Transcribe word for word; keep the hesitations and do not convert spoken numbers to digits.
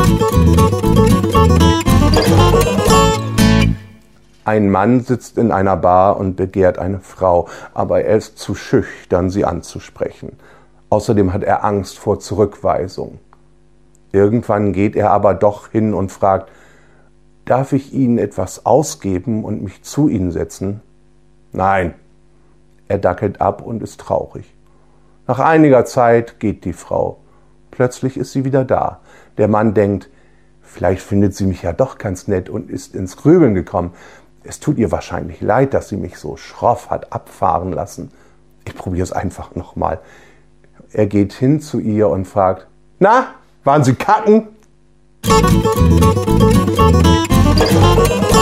Ein Mann sitzt in einer Bar und begehrt eine Frau, aber er ist zu schüchtern, sie anzusprechen. Außerdem hat er Angst vor Zurückweisung. Irgendwann geht er aber doch hin und fragt: Darf ich Ihnen etwas ausgeben und mich zu Ihnen setzen? Nein. Er dackelt ab und ist traurig. Nach einiger Zeit geht die Frau. Plötzlich ist sie wieder da. Der Mann denkt: Vielleicht findet sie mich ja doch ganz nett und ist ins Grübeln gekommen. Es tut ihr wahrscheinlich leid, dass sie mich so schroff hat abfahren lassen. Ich probiere es einfach nochmal. Er geht hin zu ihr und fragt: Na, waren Sie kacken?